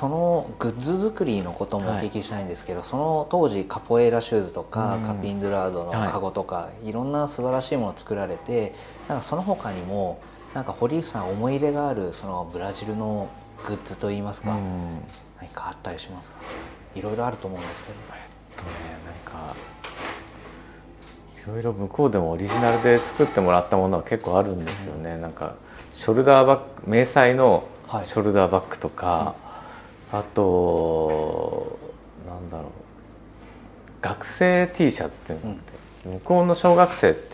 そのグッズ作りのこともお聞きしたいんですけど、その当時カポエーラシューズとか、カピンドゥラードのカゴとか、いろんな素晴らしいものを作られて、なんかその他にもなんか堀内さん思い入れがあるそのブラジルのグッズといいますか、何かあったりしますか？いろいろあると思うんですけど。 なんかいろいろ向こうでもオリジナルで作ってもらったものは結構あるんですよね。なんかショルダーバッグ、迷彩のショルダーバッグとか、あとなんだろう、学生 T シャツっていうのがあって、向こうの小学生って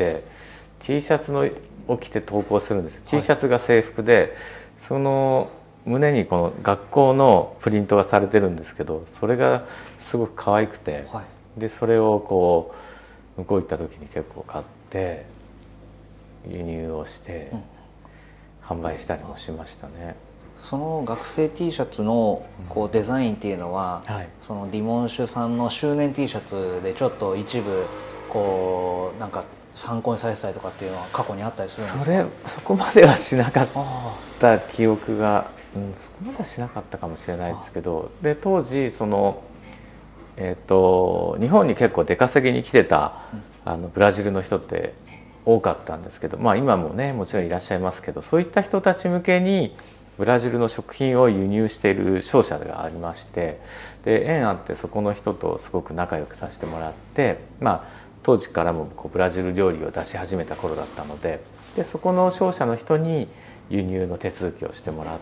T シャツを着て登校するんですよ。T シャツが制服で、その胸にこの学校のプリントがされてるんですけど、それがすごく可愛くて、でそれをこう向こう行った時に結構買って輸入をして販売したりもしましたね。 その学生 T シャツのこうデザインっていうのは、そのディモンシュさんの周年 T シャツでちょっと一部こうなんか参考にされてたりとかっていうのは過去にあったりするんですか？ そこまではしなかった記憶が、そこまではしなかったかもしれないですけど、で当時その日本に結構出稼ぎに来てたブラジルの人って多かったんですけど、まあ今もねもちろんいらっしゃいますけど、そういった人たち向けにブラジルの食品を輸入している商社がありまして、で縁あってそこの人とすごく仲良くさせてもらって、まあ当時からもこうブラジル料理を出し始めた頃だったので、そこの商社の人に輸入の手続きをしてもらって、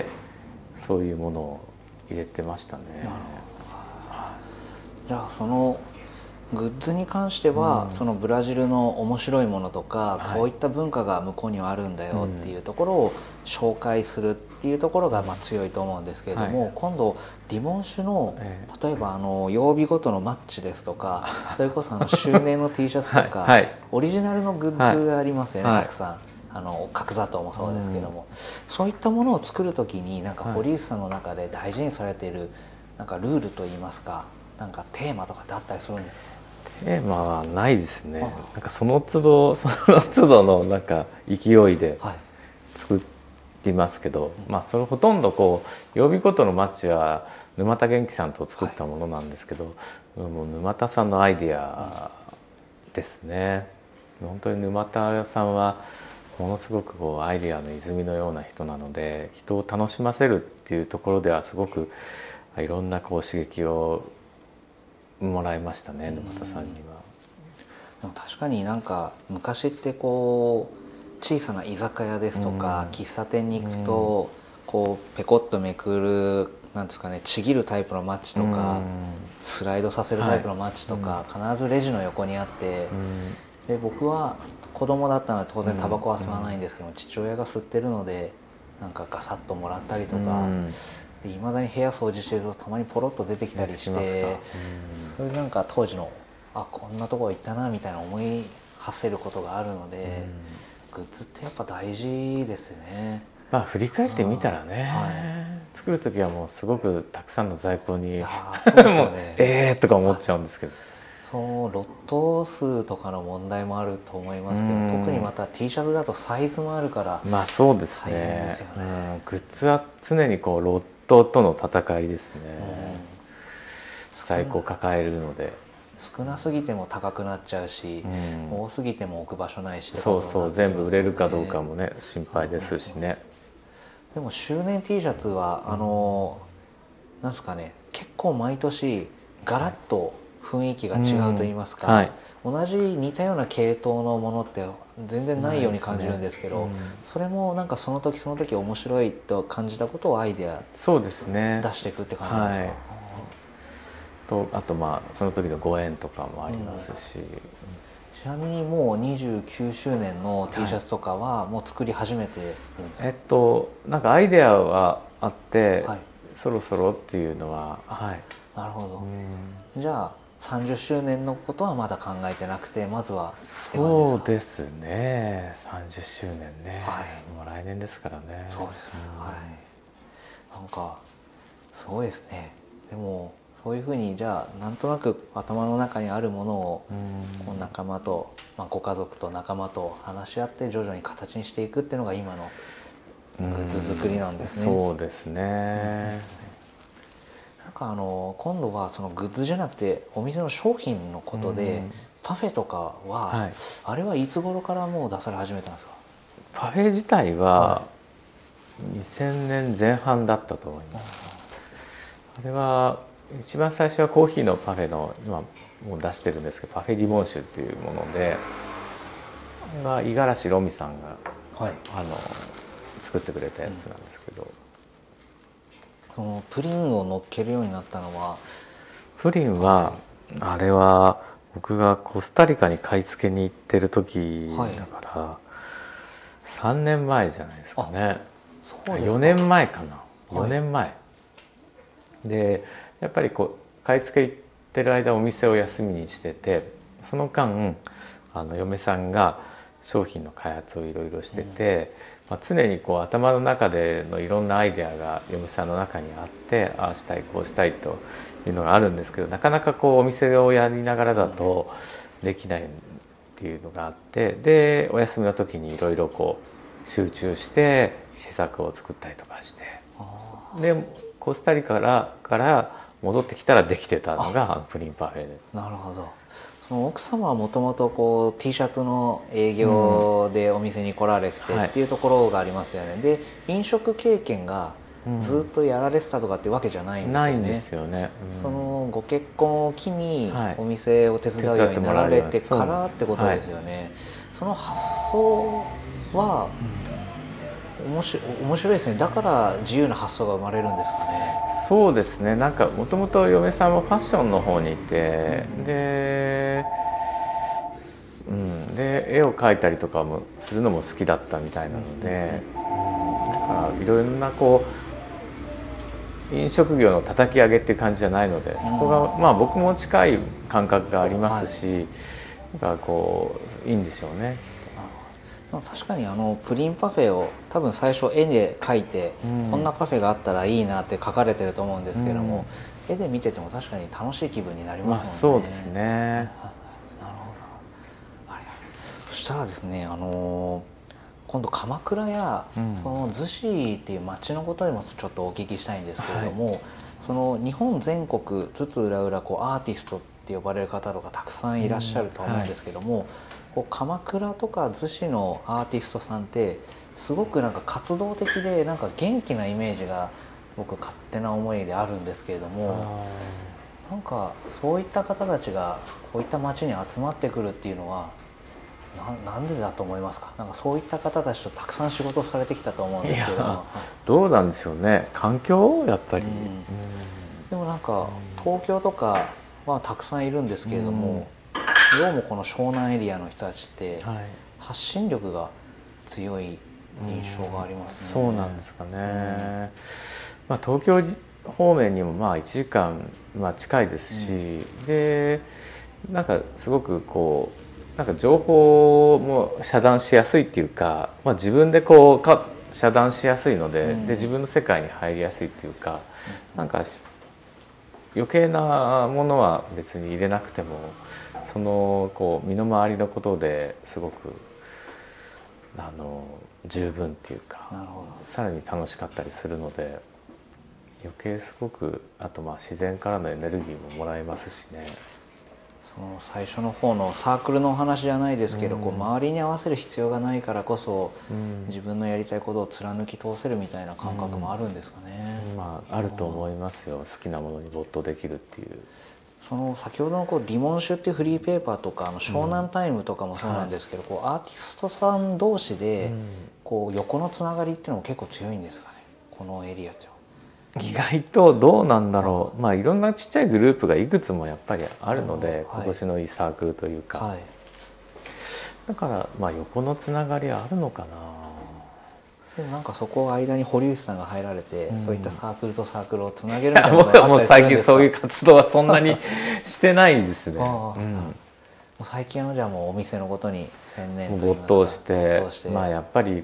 そういうものを入れてましたね。 なるほど。じゃあそのグッズに関しては、そのブラジルの面白いものとか、こういった文化が向こうにはあるんだよっていうところを紹介するっていうところがまあ強いと思うんですけれども、今度ディモンシュの例えば曜日ごとのマッチですとか、それこそ周年の T シャツとかオリジナルのグッズがありますよね、たくさん。角砂糖もそうですけども、そういったものを作る時になんか堀内さんの中で大事にされているなんかルールといいますか、なんかテーマとかってあったりするんですか？ テーマはないですね。なんかその都度のなんか勢いで作りますけど、まあそれほとんどこう曜日ごとのマッチは沼田元気さんと作ったものなんですけど、もう沼田さんのアイデアですね。本当に沼田さんはものすごくこうアイデアの泉のような人なので、人を楽しませるっていうところではすごくいろんなこう刺激をもらいましたね、沼田さんには。 でも確かになんか昔ってこう小さな居酒屋ですとか、喫茶店に行くとこうペコッとめくるなんですかね、ちぎるタイプのマッチとか、スライドさせるタイプのマッチとか、必ずレジの横にあって、で僕は子供だったので当然タバコは吸わないんですけど、父親が吸ってるのでなんかガサッともらったりとか。いまだに部屋掃除してるとたまにポロッと出てきたりして、それなんか当時のこんなところ行ったなみたいな思い馳せることがあるので、グッズってやっぱ大事ですね。 まあ振り返ってみたらね、作る時はもうすごくたくさんの在庫にとか思っちゃうんですけど、 そのロット数とかの問題もあると思いますけど、特にまた T シャツだとサイズもあるからまあそうですね。グッズは常にこうロットとの戦いですね。在庫抱えるので少なすぎても高くなっちゃうし、多すぎても置く場所ないし、 そう全部売れるかどうかもね心配ですしね。 でも周年 T シャツはなんですかね、結構毎年ガラッと雰囲気が違うと言いますか、同じ似たような系統のものって全然ないように感じるんですけど、それもなんかその時その時面白いと感じたことをアイデアそうですね出していくって感じなんですか？ あとまあその時のご縁とかもありますし、 ちなみにもう29周年の T シャツとかはもう作り始めてるんですか？ なんかアイデアはあって、そろそろっていうのはなるほど。じゃあ30周年のことはまだ考えてなくて、まずはそうですね。30周年ね、もう来年ですからね。 そうです、なんかすごいですね。でもそういうふうにじゃあなんとなく頭の中にあるものをこう仲間と、ご家族と仲間と話し合って徐々に形にしていくっていうのが今のグッズ作りなんですね。 そうですね。 なんか今度はそのグッズじゃなくてお店の商品のことで、パフェとかは、あれはいつ頃からもう出され始めたんですか？ パフェ自体は2000年前半だったと思います。あれは一番最初はコーヒーのパフェの今もう出してるんですけど、パフェリボン酒っていうもので、あれは五十嵐ロミさんが、作ってくれたやつなんですけど、 そのプリンを乗っけるようになったのは？ プリンは、あれは僕がコスタリカに買い付けに行ってる時だから、3年前じゃないですかね。 そうですか。 4年前かな、4年前で、やっぱり買い付け行ってる間お店を休みにしてて、その間嫁さんが商品の開発をいろいろしてて、常に頭の中でのいろんなアイデアが嫁さんの中にあって、ああしたいこうしたいというのがあるんですけど、なかなかお店をやりながらだとできないっていうのがあって、でお休みの時にいろいろ集中して試作を作ったりとかして、でコスタリカから戻ってきたらできてたのがプリンパフェで。 なるほど。その奥様はもともとT シャツの営業でお店に来られてっていうところがありますよね。で飲食経験がずっとやられてたとかってわけじゃないんですよね。 ないんですよね。 そのご結婚を機にお店を手伝うようになられてからってことですよね。その発想は面白いですね。だから自由な発想が生まれるんですかね。 そうですね。なんかもともと嫁さんもファッションの方にいて、で絵を描いたりとかもするのも好きだったみたいなので、だからいろんな飲食業の叩き上げっていう感じじゃないので、そこが僕も近い感覚がありますし、なんかいいんでしょうね。 確かにプリンパフェを多分最初絵で描いて、こんなパフェがあったらいいなって書かれてると思うんですけども、絵で見てても確かに楽しい気分になりますもんね。 そうですね。なるほど。そしたらですね、今度鎌倉やその逗子っていう町のことにもちょっとお聞きしたいんですけれども、その日本全国津々浦々アーティストって呼ばれる方とかたくさんいらっしゃると思うんですけども、鎌倉とか逗子のアーティストさんってすごくなんか活動的でなんか元気なイメージが僕勝手な思いであるんですけれども、なんかそういった方たちがこういった町に集まってくるっていうのはなんでだと思いますか？なんかそういった方たちとたくさん仕事をされてきたと思うんですけども、 どうなんでしょうね。環境やっぱり、 でもなんか東京とかはたくさんいるんですけれども、どうもこの湘南エリアの人たちって発信力が強い印象がありますね。 そうなんですかね。東京方面にも1時間近いですし、でなんかすごくなんか情報も遮断しやすいっていうか、自分で遮断しやすいので、自分の世界に入りやすいっていうか、なんか余計なものは別に入れなくても、その身の回りのことですごく十分っていうか、さらに楽しかったりするので、余計すごく、あと自然からのエネルギーももらえますしね。 その最初の方のサークルのお話じゃないですけど、周りに合わせる必要がないからこそ、自分のやりたいことを貫き通せるみたいな感覚もあるんですかね。 あると思いますよ。好きなものに没頭できるっていう。 その先ほどのリモンシュっていうフリーペーパーとか湘南タイムとかもそうなんですけど、アーティストさん同士で横のつながりっていうのも結構強いんですかね、このエリアって。 意外とどうなんだろう。いろんなちっちゃいグループがいくつもやっぱりあるので、今年のいいサークルというか、だから横のつながりはあるのかな。 でもなんかそこを間に堀内さんが入られて、そういったサークルとサークルをつなげるみたいなことがあったりするんですか？ もう最近そういう活動はそんなにしてないんですね。もう最近はじゃあもうお店のことに専念といいますか、 没頭してやっぱり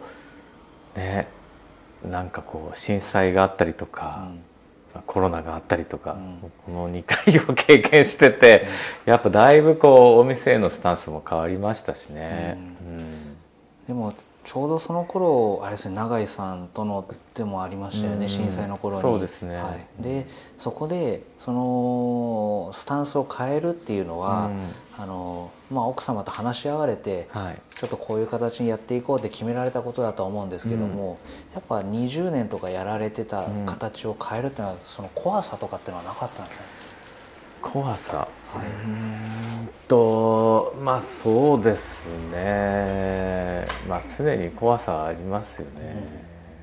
なんか震災があったりとか、コロナがあったりとか、この2回を経験してて、やっぱだいぶお店へのスタンスも変わりましたしね。 でもちょうどその頃あれですね、永井さんとのでもありましたよね、震災の頃に。 そうですね、 はい、でそこでそのスタンスを変えるっていうのは、奥様と話し合われて、はい、ちょっとこういう形にやっていこうって決められたことだと思うんですけども、やっぱ20年とかやられてた形を変えるっていうのは、その怖さとかっていうのはなかったんですかね。 怖さ、はい、まあそうですね、まあ常に怖さはありますよね、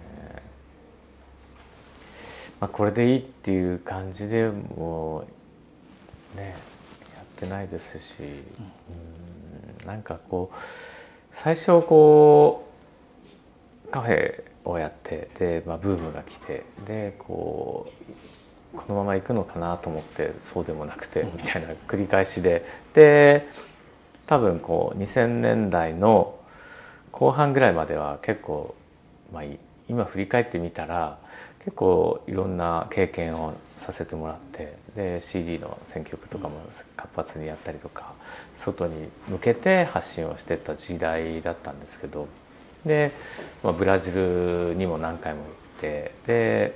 まあ、これでいいっていう感じでもうねやってないですし、なんかこう最初こうカフェをやってで、まあ、ブームが来てでこのまま行くのかなと思ってそうでもなくてみたいな繰り返しで多分こう2000年代の後半ぐらいまでは結構、まあ、今振り返ってみたら結構いろんな経験をさせてもらってで CD の選曲とかも活発にやったりとか外に向けて発信をしてた時代だったんですけどで、まあ、ブラジルにも何回も行って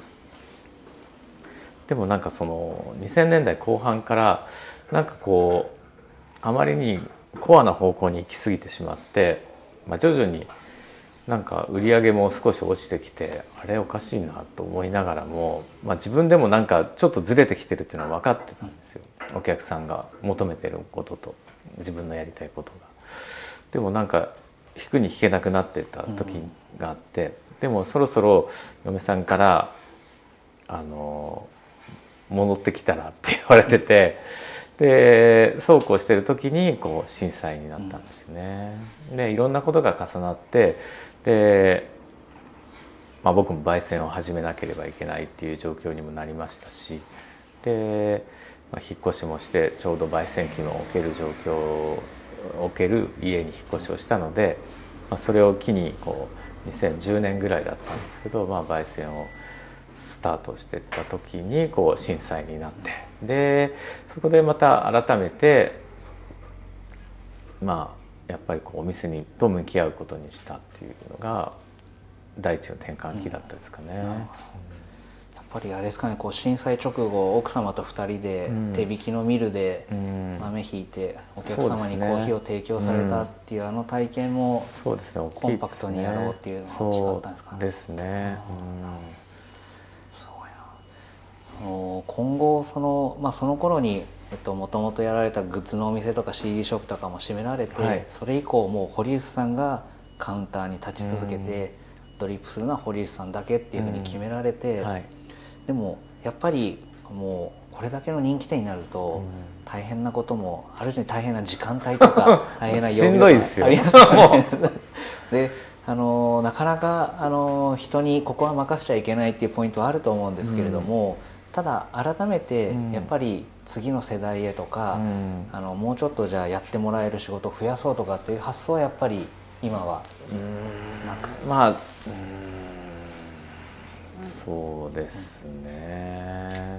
でもなんかその2000年代後半からなんかこうあまりにコアな方向に行き過ぎてしまって、まあ、徐々になんか売り上げも少し落ちてきてあれおかしいなと思いながらも、まあ、自分でもなんかちょっとずれてきてるっていうのは分かってたんですよ、お客さんが求めてることと自分のやりたいことが。でもなんか引くに引けなくなってた時があって、でもそろそろ嫁さんから戻ってきたらって言われててでそうこうしてる時にこう震災になったんですよね。でいろんなことが重なってで、まあ、僕も焙煎を始めなければいけないっていう状況にもなりましたしで、まあ、引っ越しもしてちょうど焙煎機の置ける状況置ける家に引っ越しをしたので、まあ、それを機にこう2010年ぐらいだったんですけど、まあ、焙煎をスタートしていった時にこう震災になってでそこでまた改めてまあやっぱりこうお店にと向き合うことにしたっていうのが第一の転換期だったですかね。 やっぱりあれですかね、こう震災直後奥様と2人で手引きのミルで豆ひいてお客様にコーヒーを提供されたっていうあの体験もそうですね、 コンパクトにやろうっていうのが大きかったんですかね。 そうですね。 今後その、まあ、その頃にもともとやられたグッズのお店とか CD ショップとかも閉められて、はい、それ以降もう堀内さんがカウンターに立ち続けてドリップするのは堀内さんだけっていうふうに決められて、はい、でもやっぱりもうこれだけの人気店になると大変なこともある種に大変な時間帯とか大変な曜日とかありますよでなかなか人にここは任せちゃいけないっていうポイントはあると思うんですけれども、ただ改めてやっぱり次の世代へとか、もうちょっとじゃあやってもらえる仕事を増やそうとかっていう発想はやっぱり今はなく、 まあそうですね、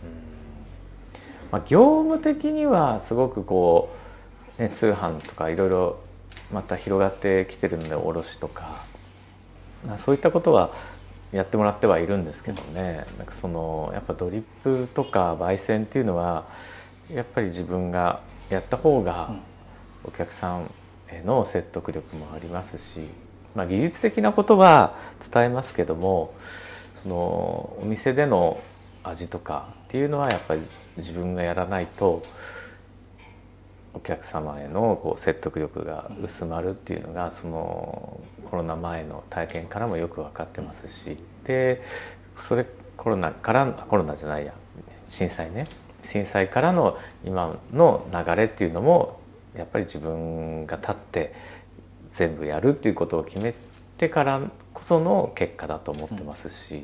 まあ、業務的にはすごくこう、ね、通販とかいろいろまた広がってきてるので卸とか、まあ、そういったことはやってもらってはいるんですけどね、なんかそのやっぱドリップとか焙煎っていうのはやっぱり自分がやった方がお客さんへの説得力もありますし、まあ、技術的なことは伝えますけどもそのお店での味とかっていうのはやっぱり自分がやらないとお客様へのこう説得力が薄まるっていうのがそのコロナ前の体験からもよく分かってますし、でそれコロナじゃないや震災からの今の流れっていうのもやっぱり自分が立って全部やるっていうことを決めてからこその結果だと思ってますし、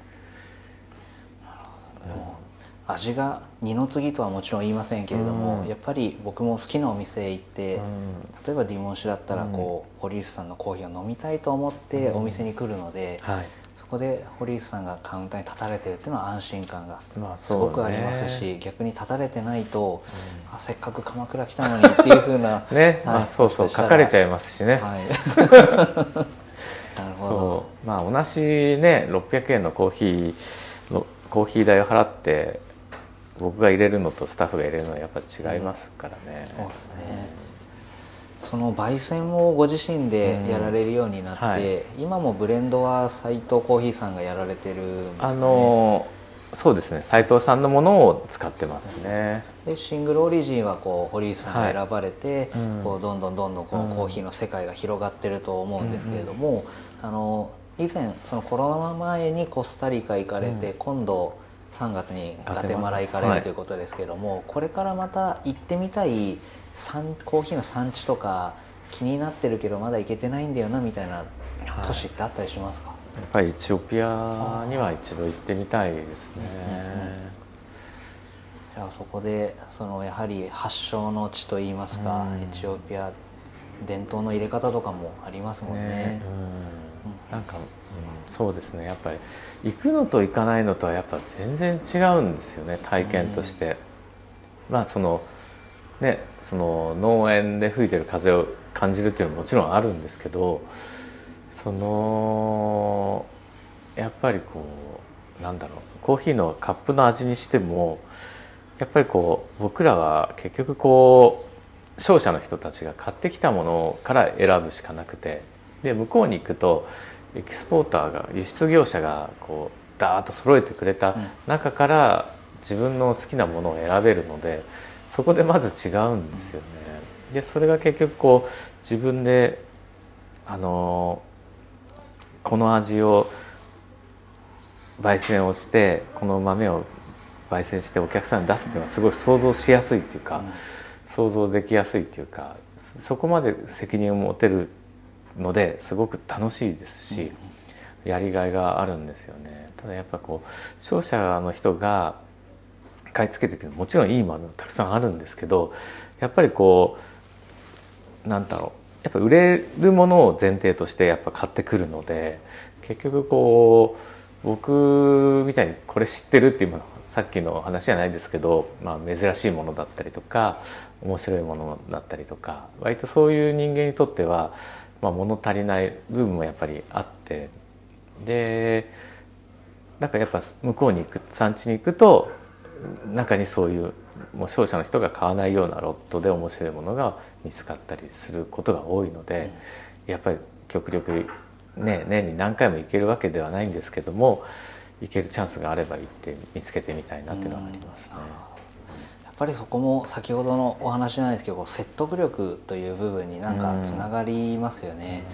味が二の次とはもちろん言いませんけれども、やっぱり僕も好きなお店へ行って、例えばディモンシュだったらこう堀内さんのコーヒーを飲みたいと思ってお店に来るので、そこで堀内さんがカウンターに立たれてるっていうのは安心感がすごくありますし、逆に立たれてないと、せっかく鎌倉来たのにっていう風なね、そうそう書かれちゃいますしね、 はい、なるほど。 そう同じね600円のコーヒー代を払って僕が入れるのとスタッフが入れるのはやっぱ違いますからね。 そうですね。その焙煎をご自身でやられるようになって、はい、今もブレンドは斉藤コーヒーさんがやられてるんですかね。 そうですね、斉藤さんのものを使ってますね。 でシングルオリジンはこう堀内さんが選ばれて、こうどんどんこうコーヒーの世界が広がってると思うんですけれども、以前そのコロナ前にコスタリカ行かれて、今度3月にガテマラ行かれるということですけれども、これからまた行ってみたいコーヒーの産地とか気になってるけどまだ行けてないんだよなみたいな都市ってあったりしますか？ やっぱりエチオピアには一度行ってみたいですね。 じゃあそこでやはり発祥の地といいますか、エチオピア伝統の入れ方とかもありますもんね。 なんか、そうですね、やっぱり行くのと行かないのとはやっぱ全然違うんですよね、体験として。その農園で吹いてる風を感じるっていうのももちろんあるんですけど、やっぱりコーヒーのカップの味にしてもやっぱり僕らは結局商社の人たちが買ってきたものから選ぶしかなくて、で向こうに行くとエキスポーターが輸出業者がダーッと揃えてくれた中から自分の好きなものを選べるので、そこでまず違うんですよね。でそれが結局自分でこの味を焙煎をしてこの豆を焙煎してお客さんに出すっていうのはすごい想像しやすいっていうか、想像できやすいっていうか、そこまで責任を持てるのですごく楽しいですし、やりがいがあるんですよね。ただやっぱ商社の人が買い付けてくるもちろんいい豆もたくさんあるんですけど、やっぱりやっぱ売れるものを前提としてやっぱ買ってくるので、結局僕みたいにこれ知ってるっていうもの、さっきの話じゃないですけど、珍しいものだったりとか面白いものだったりとか、割とそういう人間にとっては、物足りない部分もやっぱりあって、でやっぱ向こうに行く、産地に行くと中にそういうもう商社の人が買わないようなロットで面白いものが見つかったりすることが多いので、やっぱり極力年に何回も行けるわけではないんですけども、行けるチャンスがあれば行って見つけてみたいなっていうのはありますね。 やっぱりそこも先ほどのお話じゃないですけど、説得力という部分につながりますよね。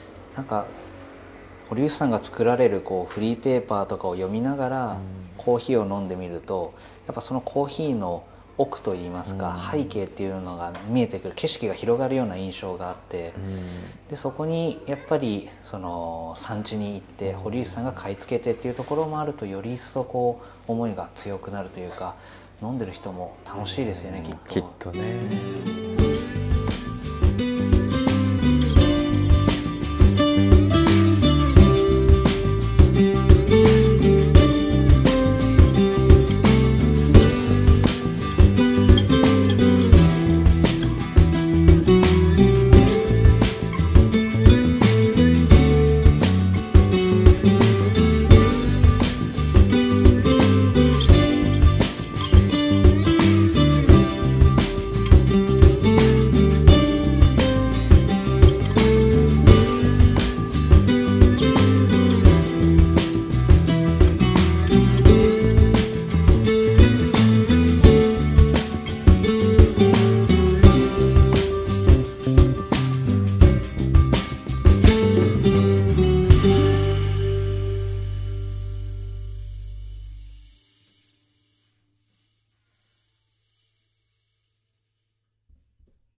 堀内さんが作られるフリーペーパーとかを読みながらコーヒーを飲んでみると、やっぱそのコーヒーの奥といいますか、背景っていうのが見えてくる、景色が広がるような印象があって、でそこにやっぱり産地に行って堀内さんが買い付けてっていうところもあると、より一層思いが強くなるというか、飲んでる人も楽しいですよね、きっと。 きっとね。